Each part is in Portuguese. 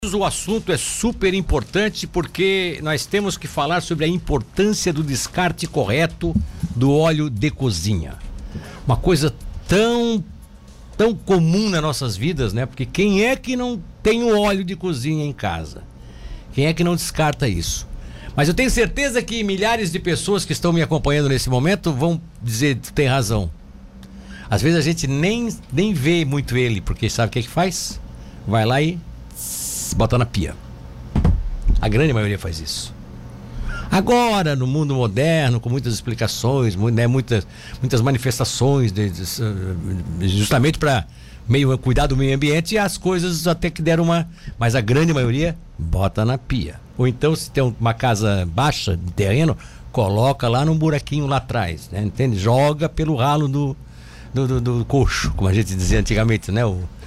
O assunto é super importante porque nós temos que falar sobre a importância do descarte correto do óleo de cozinha. Uma coisa tão comum nas nossas vidas, né? Porque quem é que não tem o óleo de cozinha em casa? Quem é que não descarta isso? Mas eu tenho certeza que milhares de pessoas que estão me acompanhando nesse momento vão dizer que tem razão. Às vezes a gente nem vê muito ele, porque sabe o que faz? Vai lá e bota na pia. A grande maioria faz isso. Agora, no mundo moderno, com muitas explicações, né, muitas manifestações, justamente para cuidar do meio ambiente, as coisas até que deram uma... Mas a grande maioria bota na pia. Ou então, se tem uma casa baixa de terreno, coloca lá num buraquinho lá atrás, né, entende? Joga pelo ralo do coxo, como a gente dizia antigamente, né?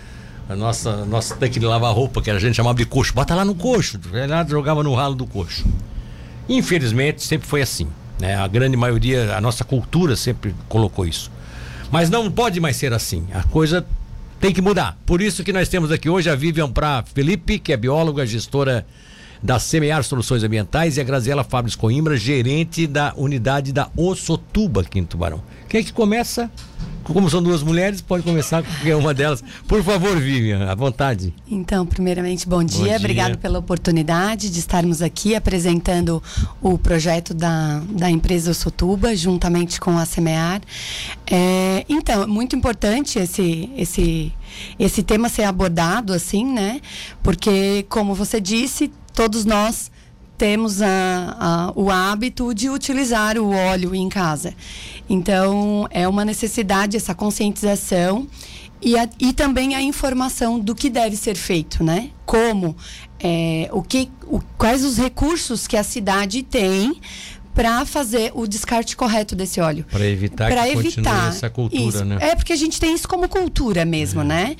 Nosso tanque de lavar roupa, que a gente chamava de coxo, bota lá no coxo, ela jogava no ralo do coxo. Infelizmente sempre foi assim, né? A grande maioria, a nossa cultura sempre colocou isso, mas não pode mais ser assim, a coisa tem que mudar. Por isso que nós temos aqui hoje a Vivian Pra Felipe, que é bióloga, gestora da Semear Soluções Ambientais, e a Graziela Fabris Coimbra, gerente da unidade da Ossotuba aqui em Tubarão. Quem é que começa? Como são duas mulheres, pode começar com qualquer uma delas. Por favor, Vivian, à vontade. Então, primeiramente, bom dia. Obrigado pela oportunidade de estarmos aqui apresentando o projeto da empresa Ossotuba, juntamente com a Semear. Então, é muito importante esse tema ser abordado assim, né? Porque, como você disse, todos nós temos o hábito de utilizar o óleo em casa. Então, é uma necessidade essa conscientização e também a informação do que deve ser feito, né? Como, quais os recursos que a cidade tem para fazer o descarte correto desse óleo. Para evitar que continue essa cultura, isso, né? É porque a gente tem isso como cultura mesmo, né?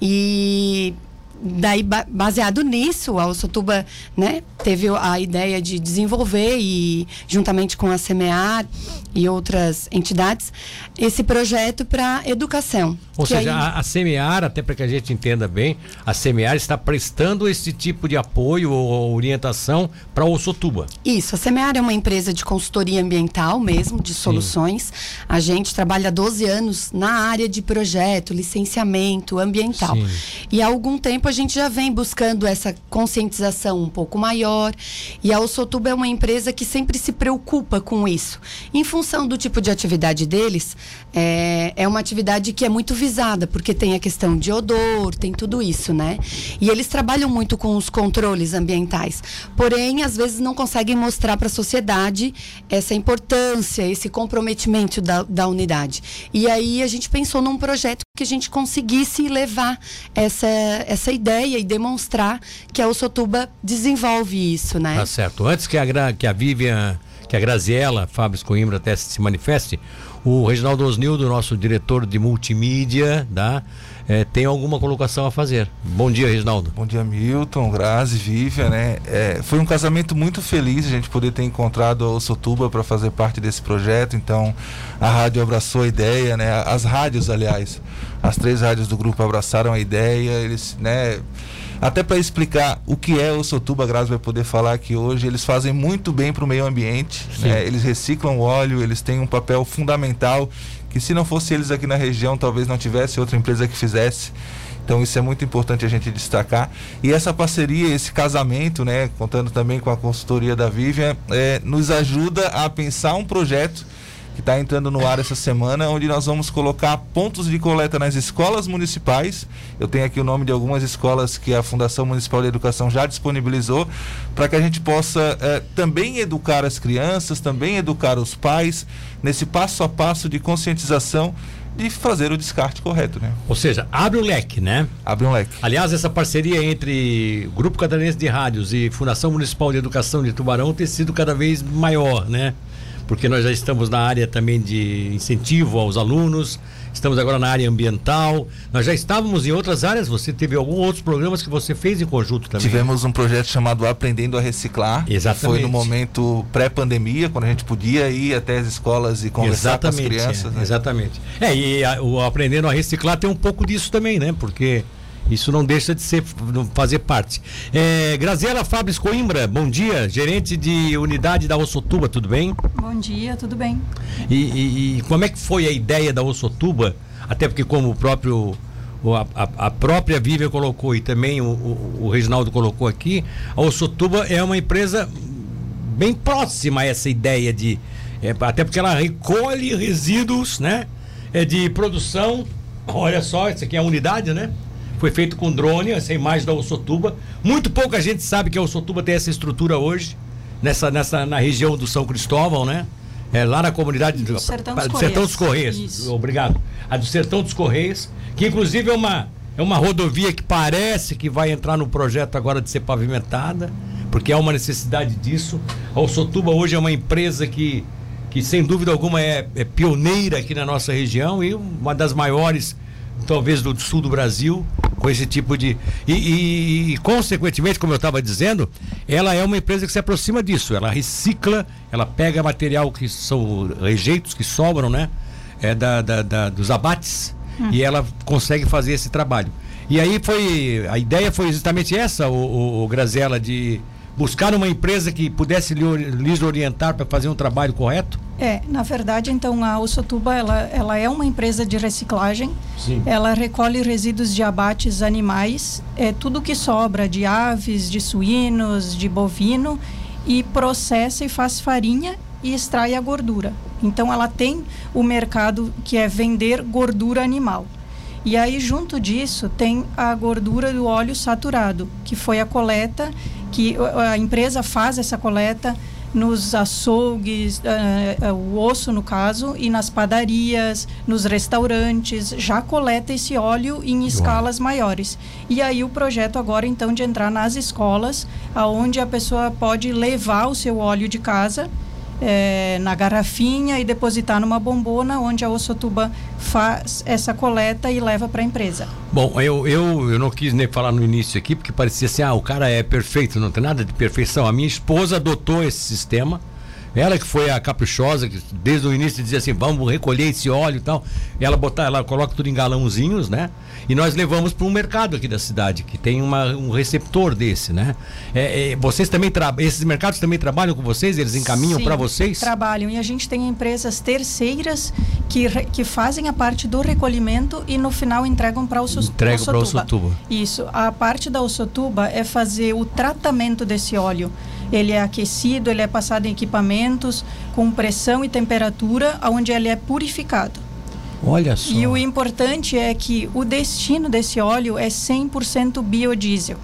E... daí, baseado nisso, a Ossotuba, né, teve a ideia de desenvolver, e juntamente com a Semear e outras entidades, esse projeto para educação. Ou seja, a Semear, até para que a gente entenda bem, a Semear está prestando esse tipo de apoio ou orientação para a Ossotuba. Isso, a Semear é uma empresa de consultoria ambiental mesmo, de soluções. Sim. A gente trabalha há 12 anos na área de projeto, licenciamento ambiental. Sim. E há algum tempo a gente já vem buscando essa conscientização um pouco maior, e a Ossotuba é uma empresa que sempre se preocupa com isso. Em função do tipo de atividade deles, é uma atividade que é muito visada, porque tem a questão de odor, tem tudo isso, né? E eles trabalham muito com os controles ambientais, porém, às vezes não conseguem mostrar para a sociedade essa importância, esse comprometimento da unidade. E aí a gente pensou num projeto que a gente conseguisse levar essa ideia e demonstrar que a Ossotuba desenvolve isso, né? Tá certo. Antes que a Vivian, que a Graziela Fabris Coimbra até se manifeste, o Reginaldo Osnildo, nosso diretor de multimídia, tem alguma colocação a fazer. Bom dia, Reginaldo. Bom dia, Milton, Grazi, Vivian, né? Foi um casamento muito feliz a gente poder ter encontrado a Ossotuba para fazer parte desse projeto. Então, a rádio abraçou a ideia, né? As rádios, aliás, as 3 rádios do grupo abraçaram a ideia, eles, né? Até para explicar o que é Ossotuba, a Grazi vai poder falar que hoje eles fazem muito bem para o meio ambiente, né? Eles reciclam o óleo, eles têm um papel fundamental, que se não fosse eles aqui na região, talvez não tivesse outra empresa que fizesse. Então isso é muito importante a gente destacar. E essa parceria, esse casamento, né, contando também com a consultoria da Vivian, nos ajuda a pensar um projeto que está entrando no ar essa semana, onde nós vamos colocar pontos de coleta nas escolas municipais. Eu tenho aqui o nome de algumas escolas que a Fundação Municipal de Educação já disponibilizou, para que a gente possa também educar as crianças, também educar os pais, nesse passo a passo de conscientização de fazer o descarte correto, né? Ou seja, abre o leque, né? Abre um leque. Aliás, essa parceria entre Grupo Catarinense de Rádios e Fundação Municipal de Educação de Tubarão tem sido cada vez maior, né? Porque nós já estamos na área também de incentivo aos alunos, estamos agora na área ambiental, nós já estávamos em outras áreas. Você teve alguns outros programas que você fez em conjunto também? Tivemos um projeto chamado Aprendendo a Reciclar. Exatamente. Foi no momento pré-pandemia, quando a gente podia ir até as escolas e conversar com as crianças. Exatamente. E o Aprendendo a Reciclar tem um pouco disso também, né? Porque Isso não deixa de fazer parte. Graziela Fabris Coimbra, bom dia, gerente de unidade da Ossotuba, tudo bem? Bom dia, tudo bem. E como é que foi a ideia da Ossotuba? Até porque como o próprio a própria Vivian colocou e também o Reginaldo colocou aqui, a Ossotuba é uma empresa bem próxima a essa ideia de até porque ela recolhe resíduos, né? De produção. Olha só, isso aqui é a unidade, né? Foi feito com drone, essa imagem da Ossotuba. Muito pouca gente sabe que a Ossotuba tem essa estrutura hoje, na região do São Cristóvão, né? Lá na comunidade do Sertão dos Correios. Isso. Obrigado. A do Sertão dos Correios, que inclusive é uma rodovia que parece que vai entrar no projeto agora de ser pavimentada, porque há uma necessidade disso. A Ossotuba hoje é uma empresa que sem dúvida alguma é pioneira aqui na nossa região e uma das maiores, talvez, do sul do Brasil, com esse tipo de... E consequentemente, como eu estava dizendo, ela é uma empresa que se aproxima disso. Ela recicla, ela pega material que são rejeitos, que sobram, né? Dos abates, e ela consegue fazer esse trabalho. E aí a ideia foi justamente essa, o Graziela, de buscar uma empresa que pudesse lhes orientar para fazer um trabalho correto? Na verdade, então, a Ossotuba, ela é uma empresa de reciclagem. Sim. Ela recolhe resíduos de abates animais, tudo que sobra de aves, de suínos, de bovino, e processa e faz farinha e extrai a gordura. Então, ela tem o mercado que é vender gordura animal. E aí, junto disso, tem a gordura do óleo saturado, que foi a coleta, que a empresa faz essa coleta nos açougues, o osso no caso, e nas padarias, nos restaurantes, já coleta esse óleo em escalas maiores. E aí o projeto agora, então, de entrar nas escolas, aonde a pessoa pode levar o seu óleo de casa, na garrafinha e depositar numa bombona, onde a Ossotuba faz essa coleta e leva para a empresa. Bom, eu não quis nem falar no início aqui, porque parecia assim, o cara é perfeito, não tem nada de perfeição. A minha esposa adotou esse sistema, ela que foi a caprichosa, que desde o início dizia assim, vamos recolher esse óleo e tal. Ela coloca tudo em galãozinhos, né? E nós levamos para um mercado aqui da cidade, que tem um receptor desse, né? Vocês também esses mercados também trabalham com vocês? Eles encaminham para vocês? Trabalham, e a gente tem empresas terceiras que fazem a parte do recolhimento e no final entregam para o Ossotuba. Isso, a parte da Ossotuba é fazer o tratamento desse óleo. Ele é aquecido, ele é passado em equipamentos com pressão e temperatura, onde ele é purificado. Olha só. E o importante é que o destino desse óleo é 100% biodiesel.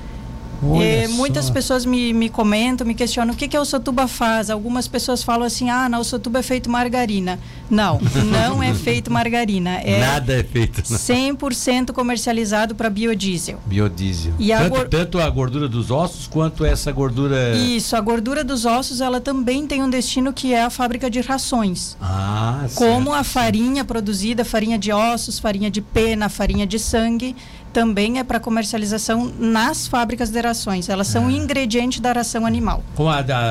Muitas pessoas me comentam, me questionam o que a Ossotuba faz. Algumas pessoas falam assim, na Ossotuba é feito margarina. Não é feito margarina. Nada é feito. 100% comercializado para biodiesel. Biodiesel. E tanto a gordura dos ossos quanto essa gordura... Isso, a gordura dos ossos, ela também tem um destino que é a fábrica de rações. Como a farinha produzida, farinha de ossos, farinha de pena, farinha de sangue, também é para comercialização nas fábricas de rações. Elas são um ingrediente da ração animal. Como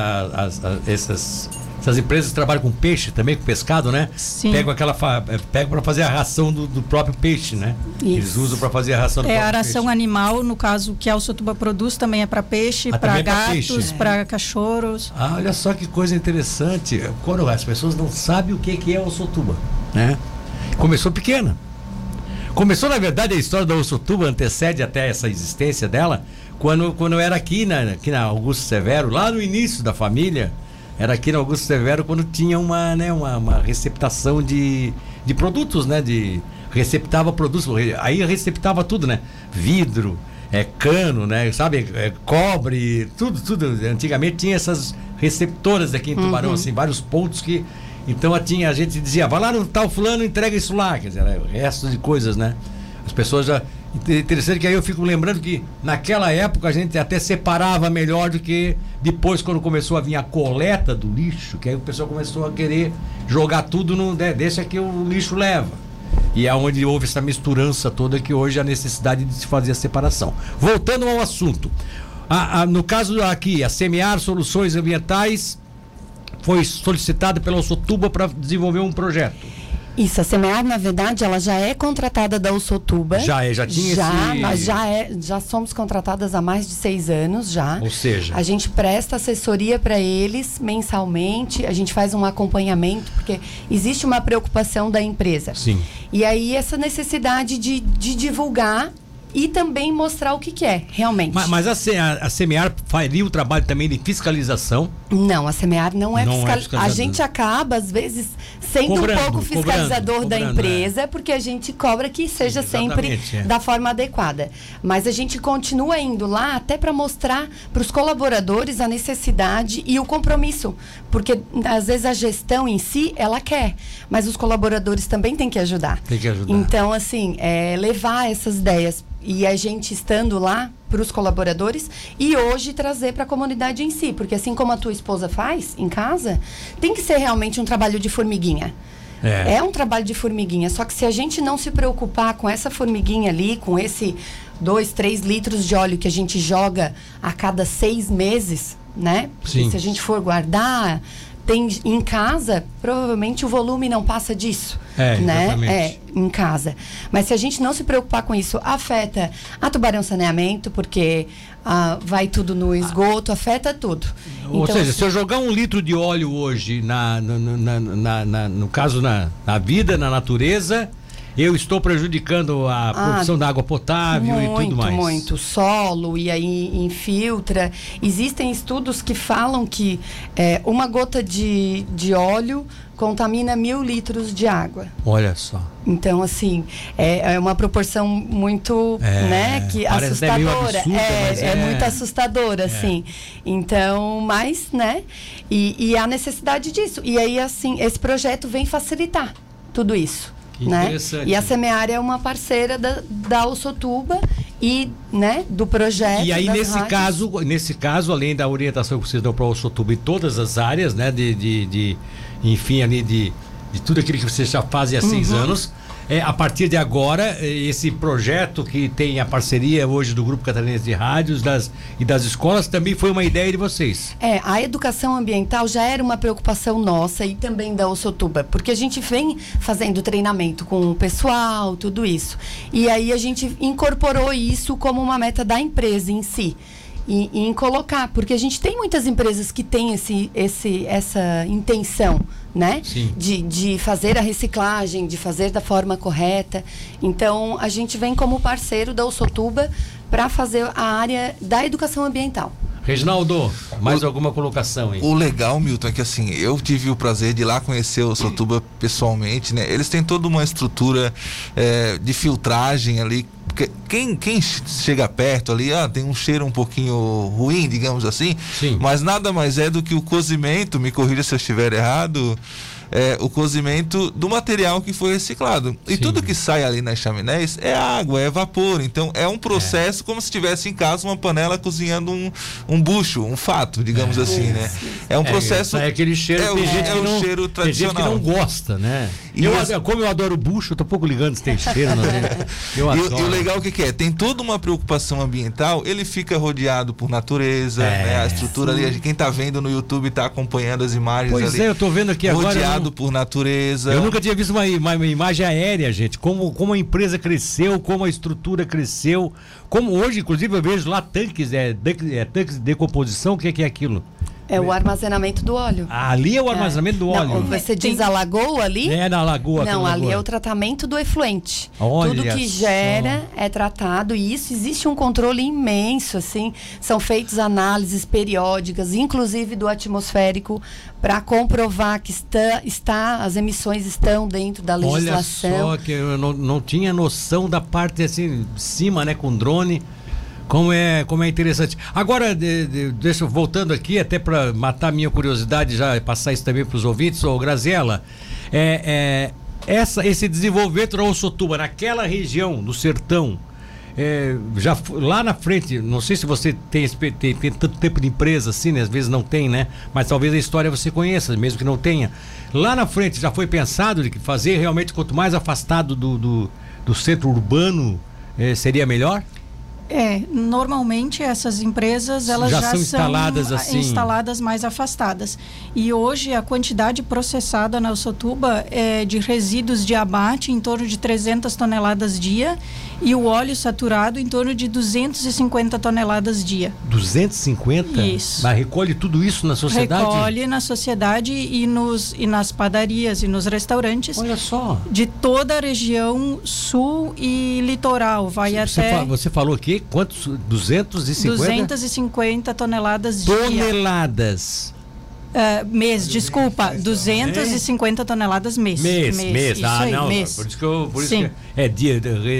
essas empresas trabalham com peixe também, com pescado, né? Sim. Pegam para fazer a ração do próprio peixe, né? Isso. Eles usam para fazer a ração do próprio peixe. A ração animal, no caso que a Ossotuba produz, também é para peixe, para gatos, para cachorros. Olha só que coisa interessante. Quando as pessoas não sabem o que é a Ossotuba, né? Começou pequena. Começou, na verdade, a história da Ossotuba antecede até essa existência dela, quando eu era aqui na Augusto Severo, lá no início da família, era aqui na Augusto Severo, quando tinha uma receptação de produtos, né? Receptava produtos, aí receptava tudo, né? Vidro, cano, né? Sabe? Cobre, tudo. Antigamente tinha essas receptoras aqui em Tubarão, assim, vários pontos que... Então a gente dizia, vai lá no tal fulano, entrega isso lá, quer dizer, restos de coisas, né? As pessoas já... Interessante que aí eu fico lembrando que naquela época a gente até separava melhor do que depois, quando começou a vir a coleta do lixo, que aí o pessoal começou a querer jogar tudo deixa que o lixo leva. E é onde houve essa misturança toda, que hoje há necessidade de se fazer a separação. Voltando ao assunto, no caso aqui, a Semear Soluções Ambientais foi solicitada pela Ossotuba para desenvolver um projeto. Isso, a Semear, na verdade, ela já é contratada da Ussotuba. Já tinha Nós já somos contratadas há mais de 6 anos já. Ou seja... A gente presta assessoria para eles mensalmente, a gente faz um acompanhamento, porque existe uma preocupação da empresa. Sim. E aí essa necessidade de divulgar e também mostrar o que é, realmente. Mas a Semear faria o trabalho também de fiscalização? Não, a Semear não é fiscalizador. A gente acaba, às vezes, sendo um pouco fiscalizador da empresa, porque a gente cobra que seja sempre da forma adequada. Mas a gente continua indo lá até para mostrar para os colaboradores a necessidade e o compromisso. Porque, às vezes, a gestão em si, ela quer, mas os colaboradores também têm que ajudar. Tem que ajudar. Então, assim, levar essas ideias e a gente estando lá para os colaboradores e hoje trazer para a comunidade em si, porque assim como a tua esposa faz em casa, tem que ser realmente um trabalho de formiguinha. É um trabalho de formiguinha, só que se a gente não se preocupar com essa formiguinha ali, com esse 2, 3 litros de óleo que a gente joga a cada 6 meses, né? Porque se a gente for guardar em casa, provavelmente o volume não passa disso, né? Em casa. Mas se a gente não se preocupar com isso, afeta a Tubarão Saneamento, porque vai tudo no esgoto, afeta tudo. Ou seja, se eu jogar 1 litro de óleo hoje, no caso na vida, na natureza, eu estou prejudicando a produção da água potável e tudo mais. Muito, solo, e aí infiltra. Existem estudos que falam que uma gota de óleo contamina 1000 litros de água. Olha só. Então, assim, é uma proporção muito, né, que assustadora. Absurda, muito assustadora, assim. Então, mas, né, e há necessidade disso. E aí, assim, esse projeto vem facilitar tudo isso. Né? E a Semear é uma parceira da Ussotuba e, né, do projeto. E aí nesse caso, além da orientação que vocês dão para a Ussotuba em todas as áreas, né, enfim, ali de tudo aquilo que vocês já fazem há 6 anos, a partir de agora, esse projeto que tem a parceria hoje do Grupo Catarinense de Rádios e das escolas também foi uma ideia de vocês. A educação ambiental já era uma preocupação nossa e também da Ussotuba, porque a gente vem fazendo treinamento com o pessoal, tudo isso. E aí a gente incorporou isso como uma meta da empresa em si. E em colocar, porque a gente tem muitas empresas que têm essa intenção, né? De fazer a reciclagem, de fazer da forma correta. Então, a gente vem como parceiro da Ussotuba para fazer a área da educação ambiental. Reginaldo, mais alguma colocação aí? O legal, Milton, é que assim, eu tive o prazer de ir lá conhecer o Ussotuba pessoalmente, né? Eles têm toda uma estrutura de filtragem ali. Quem chega perto ali, tem um cheiro um pouquinho ruim, digamos assim, mas nada mais é do que o cozimento, me corrija se eu estiver errado, o cozimento do material que foi reciclado. E tudo que sai ali nas chaminés é água, é vapor. Então é um processo como se tivesse em casa uma panela cozinhando um bucho, um fato, digamos assim, né? É um processo. É aquele cheiro, cheiro tradicional. Tem gente que não gosta, né? Como eu adoro bucho, eu tô um pouco ligando se tem cheiro, não é? Eu adoro. E o legal que é? Tem toda uma preocupação ambiental, ele fica rodeado por natureza, né? A estrutura ali, quem tá vendo no YouTube tá acompanhando as imagens ali. Pois eu tô vendo aqui agora. Rodeado por natureza. Eu nunca tinha visto uma imagem aérea, gente. Como a empresa cresceu, como a estrutura cresceu. Como hoje, inclusive, eu vejo lá tanques, tanques de decomposição. O que é aquilo? É o armazenamento do óleo. Ali é o armazenamento do óleo. Não, você diz a lagoa ali? Na lagoa. Não, ali é o tratamento do efluente. Olha, tudo que gera é tratado e isso existe um controle imenso, assim. São feitas análises periódicas, inclusive do atmosférico, para comprovar que as emissões estão dentro da legislação. Olha só, que eu não tinha noção da parte assim, de cima, né, com drone. Como é interessante. Agora, voltando aqui, até para matar minha curiosidade, já passar isso também para os ouvintes, Graziela, esse desenvolvimento da Ussotuba, naquela região do sertão, já lá na frente, não sei se você tem tanto tempo de empresa assim, né? Às vezes não tem, né? Mas talvez a história você conheça, mesmo que não tenha. Lá na frente já foi pensado de que fazer realmente, quanto mais afastado do centro urbano, seria melhor? Normalmente essas empresas elas já são instaladas mais afastadas. E hoje a quantidade processada na Ussotuba é de resíduos de abate em torno de 300 toneladas dia e o óleo saturado em torno de 250 toneladas dia. 250? Isso. Mas recolhe tudo isso na sociedade? Recolhe na sociedade e nas padarias e nos restaurantes. Olha só. De toda a região sul e litoral. Você falou aqui quantos? 250 toneladas dia. Toneladas. Mês, desculpa, 250 toneladas mês. Mês. Isso aí, não, mês. por isso que é dia.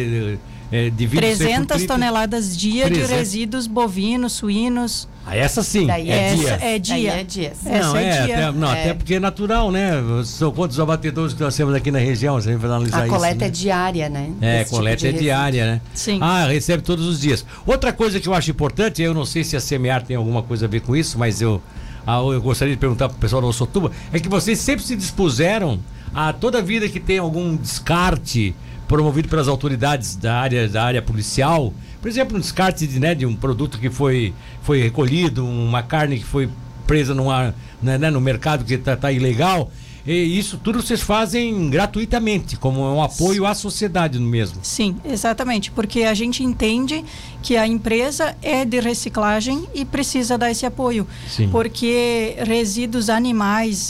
300 toneladas dia 300. De resíduos bovinos, suínos. Essa sim, daí dia. É dia. Até porque é natural, né? São quantos abatedores que nós temos aqui na região? Você vai analisar isso. A coleta né? é diária, né? A coleta é diária, né? Sim. Recebe todos os dias. Outra coisa que eu acho importante, eu não sei se a Semear tem alguma coisa a ver com isso, mas eu gostaria de perguntar para o pessoal da Ussotuba, é que vocês sempre se dispuseram a toda vida que tem algum descarte promovido pelas autoridades da área policial, por exemplo, um descarte de um produto que foi recolhido, uma carne que foi presa no mercado que está ilegal, e isso tudo vocês fazem gratuitamente, como um apoio à sociedade mesmo. Sim, exatamente, porque a gente entende que a empresa é de reciclagem e precisa dar esse apoio. Sim. Porque resíduos animais,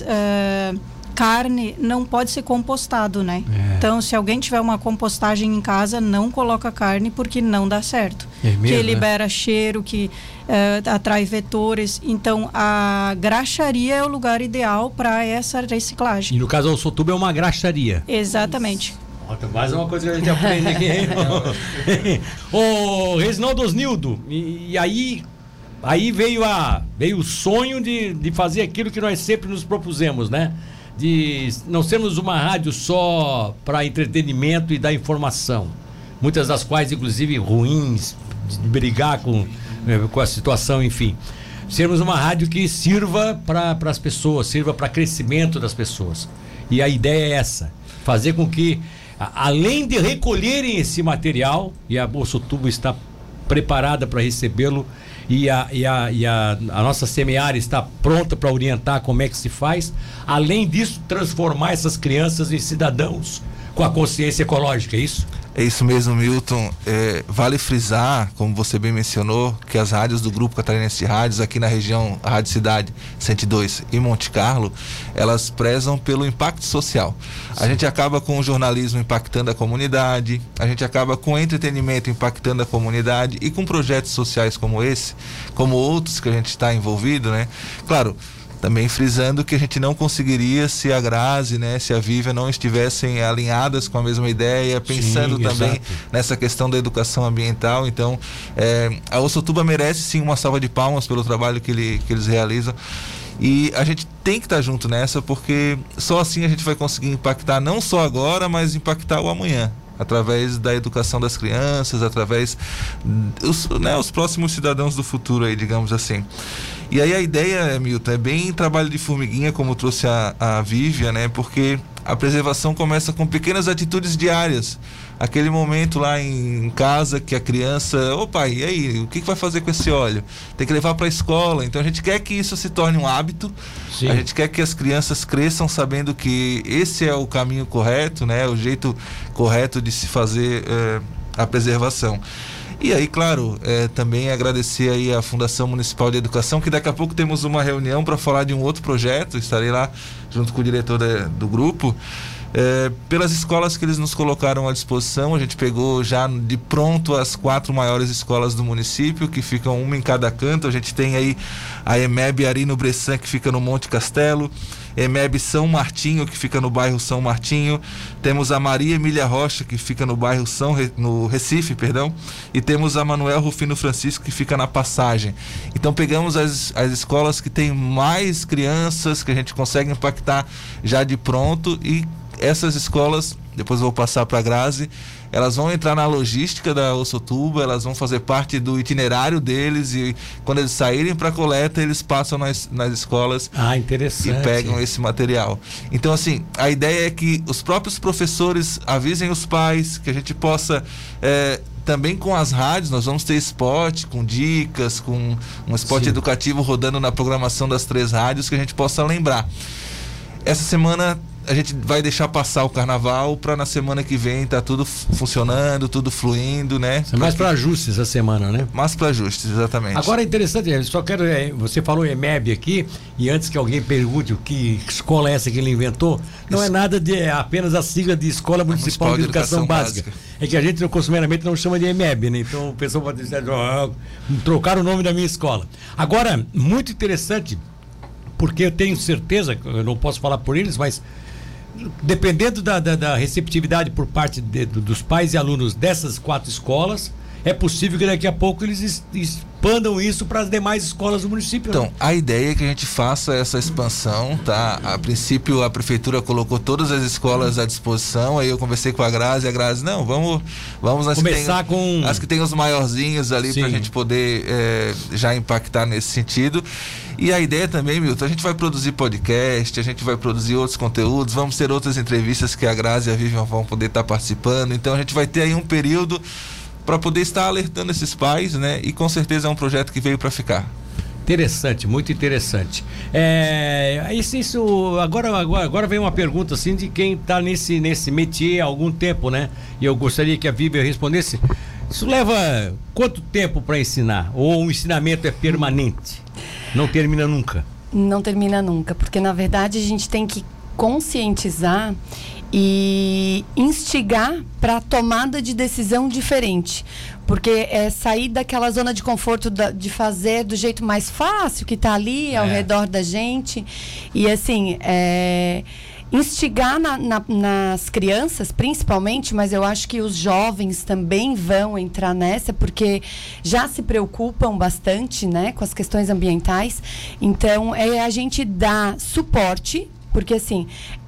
carne não pode ser compostado, né? Então, se alguém tiver uma compostagem em casa, não coloca carne porque não dá certo. Que libera cheiro, que atrai vetores. Então, a graxaria é o lugar ideal para essa reciclagem. E no caso, a Ussotuba é uma graxaria. Exatamente. Mais uma coisa que a gente aprende aqui. Ô, Reginaldo Osnildo, e aí veio o sonho de fazer aquilo que nós sempre nos propusemos, né? De não sermos uma rádio só para entretenimento e dar informação, muitas das quais inclusive ruins, de brigar com a situação, enfim. Sermos uma rádio que sirva para as pessoas, sirva para crescimento das pessoas. E a ideia é essa, fazer com que, além de recolherem esse material, e a Ussotuba está preparada para recebê-lo, e a nossa Semear está pronta para orientar como é que se faz, além disso, transformar essas crianças em cidadãos com a consciência ecológica, é isso? É isso mesmo, Milton. Vale frisar, como você bem mencionou, que as rádios do Grupo Catarinense de Rádios, aqui na região, a Rádio Cidade 102 e Monte Carlo, elas prezam pelo impacto social. Sim. A gente acaba com o jornalismo impactando a comunidade, a gente acaba com o entretenimento impactando a comunidade e com projetos sociais como esse, como outros que a gente está envolvido, né? Claro, também frisando que a gente não conseguiria se a Grazi, né, se a Vívia não estivessem alinhadas com a mesma ideia, pensando também nessa questão da educação ambiental. Então, a Ussotuba merece sim uma salva de palmas pelo trabalho que eles realizam. E a gente tem que estar junto nessa, porque só assim a gente vai conseguir impactar não só agora, mas impactar o amanhã, através da educação das crianças, através os próximos cidadãos do futuro aí, digamos assim. E aí a ideia, Milton, é bem trabalho de formiguinha, como trouxe a Vívia, né? Porque a preservação começa com pequenas atitudes diárias. Aquele momento lá em casa que a criança, pai, e aí, o que vai fazer com esse óleo? Tem que levar para a escola. Então a gente quer que isso se torne um hábito. Sim. A gente quer que as crianças cresçam sabendo que esse é o caminho correto, né? O jeito correto de se fazer a preservação. E aí, claro, também agradecer aí a Fundação Municipal de Educação, que daqui a pouco temos uma reunião para falar de um outro projeto. Estarei lá junto com o diretor do grupo. Pelas escolas que eles nos colocaram à disposição, a gente pegou já de pronto as 4 maiores escolas do município, que ficam uma em cada canto. A gente tem aí a EMEB Arino Bressan, que fica no Monte Castelo, EMEB São Martinho, que fica no bairro São Martinho, temos a Maria Emília Rocha, que fica no bairro no Recife, e temos a Manuel Rufino Francisco, que fica na Passagem. Então pegamos as escolas que tem mais crianças, que a gente consegue impactar já de pronto, e essas escolas, depois eu vou passar para a Grazi, elas vão entrar na logística da Ussotuba, elas vão fazer parte do itinerário deles, e quando eles saírem para a coleta, eles passam nas escolas e pegam esse material. Então, assim, a ideia é que os próprios professores avisem os pais, que a gente possa também com as rádios, nós vamos ter spot com dicas, com um spot educativo rodando na programação das 3 rádios que a gente possa lembrar. Essa semana a gente vai deixar passar o carnaval para na semana que vem tá tudo funcionando, tudo fluindo, né? Mais para ajustes essa semana, né? Mais para ajustes, exatamente. Agora é interessante, eu só quero, você falou EMEB aqui, e antes que alguém pergunte o que escola é essa que ele inventou, não é nada de apenas a sigla de Escola Municipal de Educação Básica. É que a gente costumeiramente não chama de EMEB, né? Então o pessoal pode dizer, trocar o nome da minha escola. Agora, muito interessante, porque eu tenho certeza, eu não posso falar por eles, mas dependendo da receptividade por parte dos pais e alunos dessas 4 escolas, é possível que daqui a pouco eles expandam isso para as demais escolas do município. Então, né? A ideia é que a gente faça essa expansão, tá? A princípio, a prefeitura colocou todas as escolas à disposição, aí eu conversei com a Grazi, não, vamos nas começar com as que tem os maiorzinhos ali, para a gente poder já impactar nesse sentido. E a ideia também, Milton, a gente vai produzir podcast, a gente vai produzir outros conteúdos, vamos ter outras entrevistas que a Grazi e a Vivian vão poder estar participando, então a gente vai ter aí um período para poder estar alertando esses pais, né? E com certeza é um projeto que veio para ficar. Interessante, muito interessante. Agora vem uma pergunta assim de quem está nesse métier há algum tempo, né? E eu gostaria que a Vivian respondesse. Isso leva quanto tempo para ensinar? Ou o ensinamento é permanente? Não termina nunca? Não termina nunca, porque na verdade a gente tem que conscientizar e instigar para a tomada de decisão diferente, porque é sair daquela zona de conforto de fazer do jeito mais fácil que está ali ao redor da gente e assim instigar nas crianças principalmente, mas eu acho que os jovens também vão entrar nessa, porque já se preocupam bastante, né, com as questões ambientais. Então a gente dá suporte, porque assim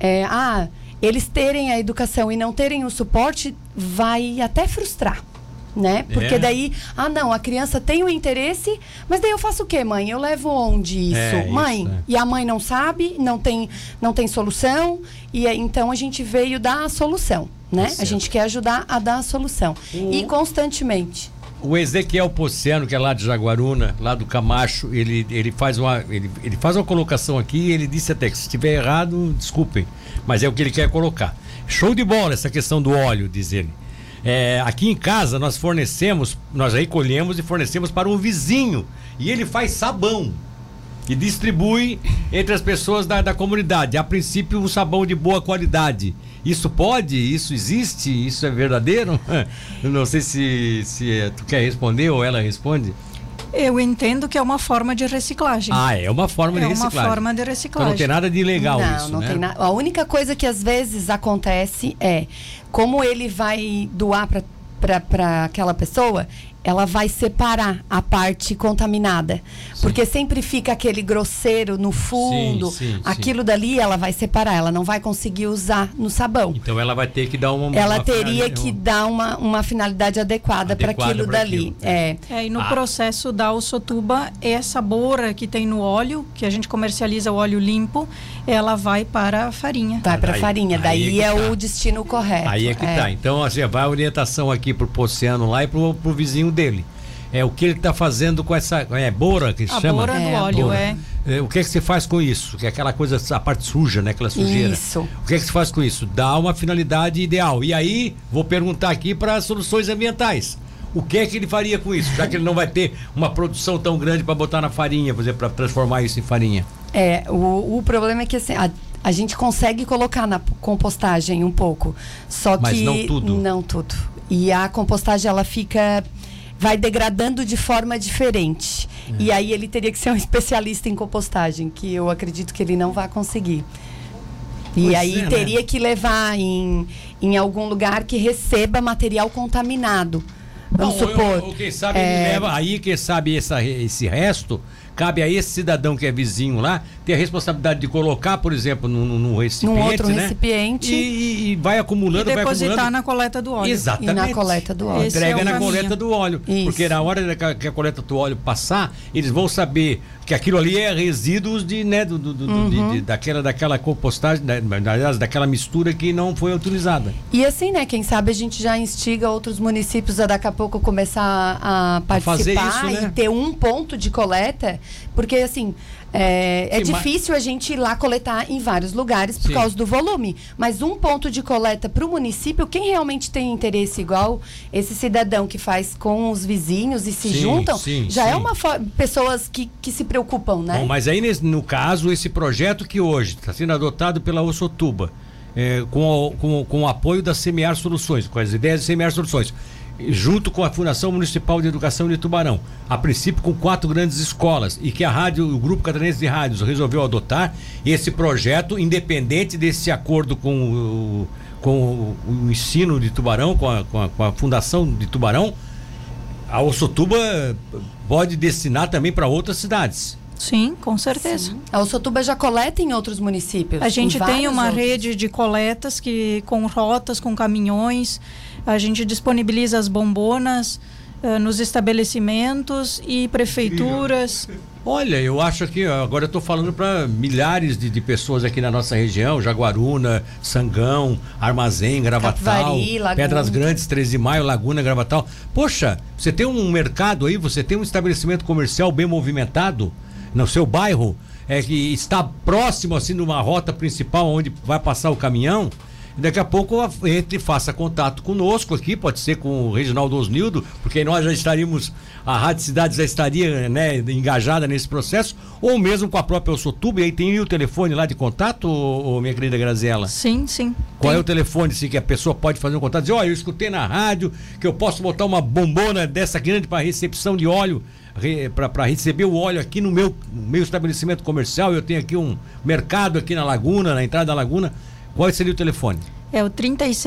eles terem a educação e não terem o suporte vai até frustrar, né? Porque daí, não, a criança tem o interesse, mas daí eu faço o quê, mãe? Eu levo onde isso? Mãe, e a mãe não sabe, não tem solução, e então a gente veio dar a solução, né? A gente quer ajudar a dar a solução. E constantemente. O Ezequiel Pociano, que é lá de Jaguaruna, lá do Camacho, ele faz uma colocação aqui e ele disse até que se estiver errado, desculpem, mas é o que ele quer colocar. Show de bola essa questão do óleo, diz ele. Aqui em casa nós recolhemos e fornecemos para um vizinho e ele faz sabão e distribui entre as pessoas da comunidade. A princípio, um sabão de boa qualidade. Isso pode? Isso existe? Isso é verdadeiro? Eu não sei se tu quer responder ou ela responde. Eu entendo que é uma forma de reciclagem. É uma forma de reciclagem. É uma forma de reciclagem. Então não tem nada de ilegal nisso, não né? Tem A única coisa que às vezes acontece é, como ele vai doar para aquela pessoa, ela vai separar a parte contaminada. Sim. Porque sempre fica aquele grosseiro no fundo. Sim. Aquilo dali ela vai separar, ela não vai conseguir usar no sabão. Então ela vai ter que dar que dar uma finalidade adequada para aquilo dali. E no processo da Ossotuba, essa bora que tem no óleo, que a gente comercializa o óleo limpo, ela vai para a farinha. Vai para a farinha, daí é o destino correto. Aí é que tá. Então, assim, vai a orientação aqui pro Pociano lá e pro vizinho dele. O que ele está fazendo com essa bora que se chama? A bora do óleo, o que você faz com isso? Que é aquela coisa, a parte suja, né? Aquela sujeira. Isso. O que você faz com isso? Dá uma finalidade ideal. E aí, vou perguntar aqui para as soluções ambientais. O que é que ele faria com isso? Já que ele não vai ter uma produção tão grande para botar na farinha, por exemplo, para transformar isso em farinha. O problema é que assim, a gente consegue colocar na compostagem um pouco, mas que não tudo. Não tudo. E a compostagem ela vai degradando de forma diferente. E aí ele teria que ser um especialista em compostagem, que eu acredito que ele não vai conseguir. E aí teria que levar em algum lugar que receba material contaminado. Vamos supor. Quem sabe ele leva aí, quem sabe esse resto cabe a esse cidadão que é vizinho lá ter a responsabilidade de colocar, por exemplo, num recipiente, num outro né? recipiente E vai acumulando, e depositar na coleta do óleo. Exatamente. E na coleta do óleo. Entrega na caminho. coleta do óleo. Isso. Porque na hora que a coleta do óleo passar, eles vão saber que aquilo ali é resíduos daquela compostagem, aliás, daquela mistura que não foi utilizada. E assim, né, quem sabe a gente já instiga outros municípios a daqui a pouco começar a fazer participar isso, né? e ter um ponto de coleta, porque assim, é difícil a gente ir lá coletar em vários lugares por Sim. causa do volume, mas um ponto de coleta para o município, quem realmente tem interesse igual esse cidadão que faz com os vizinhos e se Sim, juntam, sim, já sim. é pessoas que se preocupam, né? Bom, mas aí, no caso, esse projeto que hoje está sendo adotado pela Ossotuba, com o apoio da Semear Soluções, com as ideias de Semear Soluções, junto com a Fundação Municipal de Educação de Tubarão, a princípio com 4 grandes escolas, e que o Grupo Catarinense de Rádios resolveu adotar esse projeto, independente desse acordo com o ensino de Tubarão, com a Fundação de Tubarão, a Ossotuba pode destinar também para outras cidades. Sim, com certeza. Sim. A Ossotuba já coleta em outros municípios. A gente tem uma outros. rede de coletas com rotas, com caminhões. A gente disponibiliza as bombonas nos estabelecimentos e prefeituras. Olha, eu acho que agora eu estou falando para milhares de pessoas aqui na nossa região, Jaguaruna, Sangão, Armazém, Gravatal, Capivari, Laguna. Pedras Grandes, 13 de Maio, Laguna, Gravatal. Poxa, você tem um mercado aí, você tem um estabelecimento comercial bem movimentado no seu bairro, que está próximo assim de uma rota principal onde vai passar o caminhão. Daqui a pouco a gente faça contato conosco aqui, pode ser com o Reginaldo Osnildo, porque nós já estaríamos, a Rádio Cidade já estaria, né, engajada nesse processo, ou mesmo com a própria Ossotuba. E aí tem o telefone lá de contato, minha querida Graziela? Sim, sim. Qual é o telefone, assim, que a pessoa pode fazer um contato? Dizer, eu escutei na rádio que eu posso botar uma bombona dessa grande para recepção de óleo, para receber o óleo aqui no meu estabelecimento comercial. Eu tenho aqui um mercado aqui na Laguna, na entrada da Laguna. Qual seria o telefone? É o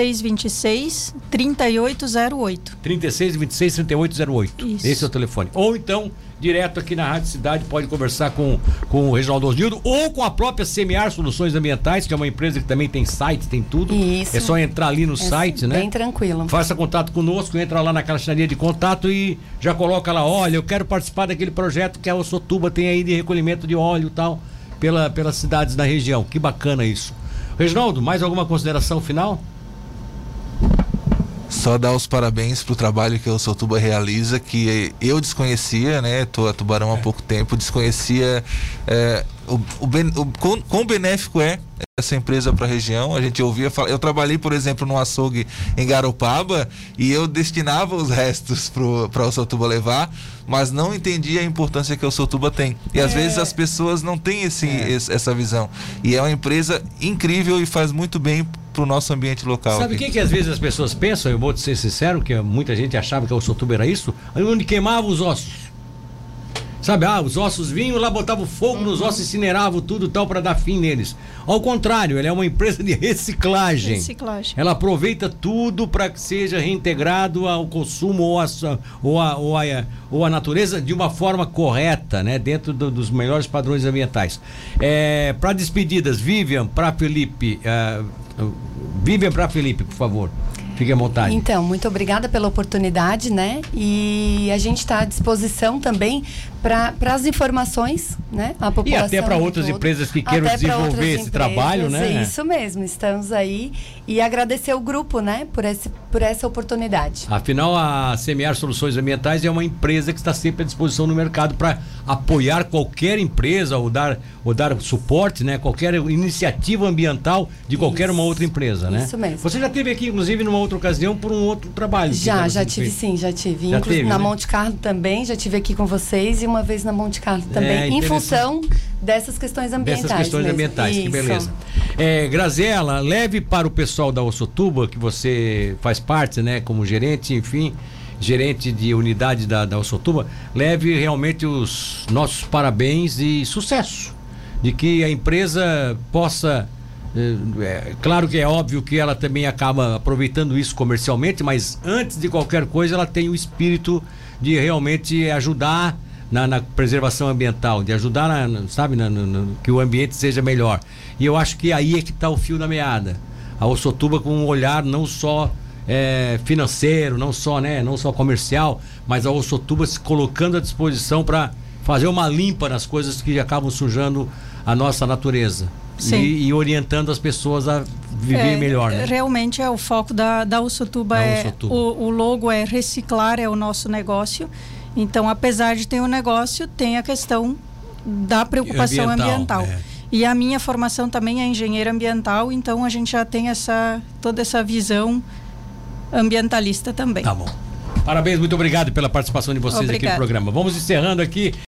3626-3808. 3626-3808. Isso. Esse é o telefone. Ou então, direto aqui na Rádio Cidade, pode conversar com o Reginaldo Osnildo ou com a própria Semear Soluções Ambientais, que é uma empresa que também tem site, tem tudo. Isso. É só entrar ali no site, né? Bem tranquilo. Faça contato conosco, entra lá na caixinha de contato e já coloca lá, olha, eu quero participar daquele projeto que a Ossotuba tem aí de recolhimento de óleo e tal, pelas cidades da região. Que bacana isso. Reginaldo, mais alguma consideração final? Só dar os parabéns pro trabalho que a Ossotuba realiza, que eu desconhecia, né? Tô a Tubarão há pouco tempo, desconhecia quão benéfico é essa empresa para a região. A gente ouvia falar, eu trabalhei, por exemplo, num açougue em Garopaba e eu destinava os restos para a Ossotuba levar, mas não entendia a importância que a Ossotuba tem. E às vezes as pessoas não têm essa visão. E é uma empresa incrível e faz muito bem para o nosso ambiente local. Sabe o que às vezes as pessoas pensam? Eu vou te ser sincero, que muita gente achava que a Ossotuba era isso, onde queimava os ossos. Sabe, os ossos vinham lá, botavam fogo nos ossos, incineravam tudo tal para dar fim neles. Ao contrário, ela é uma empresa de reciclagem. Ela aproveita tudo para que seja reintegrado ao consumo ou à natureza de uma forma correta, né? Dentro dos melhores padrões ambientais. Para despedidas, Vivian para Felipe, por favor. Fique à vontade. Então, muito obrigada pela oportunidade, né? E a gente está à disposição também para as informações, né? A população. E até para outras empresas que queiram desenvolver esse trabalho, né? Isso mesmo, estamos aí. E agradecer o grupo, né? Por essa oportunidade. Afinal, a Semear Soluções Ambientais é uma empresa que está sempre à disposição no mercado para apoiar qualquer empresa ou dar suporte, né? Qualquer iniciativa ambiental de qualquer uma outra empresa, né? Isso mesmo. Você já esteve aqui, inclusive, numa outra ocasião por um outro trabalho. Já tive sim, já tive. Inclusive na Monte Carlo também, já tive aqui com vocês e uma vez na Monte Carlo também, em função dessas questões ambientais. Dessas questões mesmo. ambientais, Isso. que beleza. Graziela, leve para o pessoal da Ossotuba, que você faz parte, né, como gerente, enfim, gerente de unidade da Ossotuba, leve realmente os nossos parabéns e sucesso, de que a empresa possa... claro que é óbvio que ela também acaba aproveitando isso comercialmente, mas antes de qualquer coisa ela tem o espírito de realmente ajudar na preservação ambiental, de ajudar, sabe, que o ambiente seja melhor. E eu acho que aí é que está o fio da meada. A Ossotuba com um olhar não só financeiro, não só comercial, mas a Ossotuba se colocando à disposição para fazer uma limpa nas coisas que acabam sujando a nossa natureza. E orientando as pessoas a viver melhor, né? Realmente é o foco da Ossotuba. O logo é reciclar, é o nosso negócio. Então, apesar de ter um negócio, tem a questão da preocupação ambiental. E a minha formação também é engenheira ambiental, então a gente já tem toda essa visão ambientalista também. Tá bom. Parabéns, muito obrigado pela participação de vocês aqui no programa. Vamos encerrando aqui.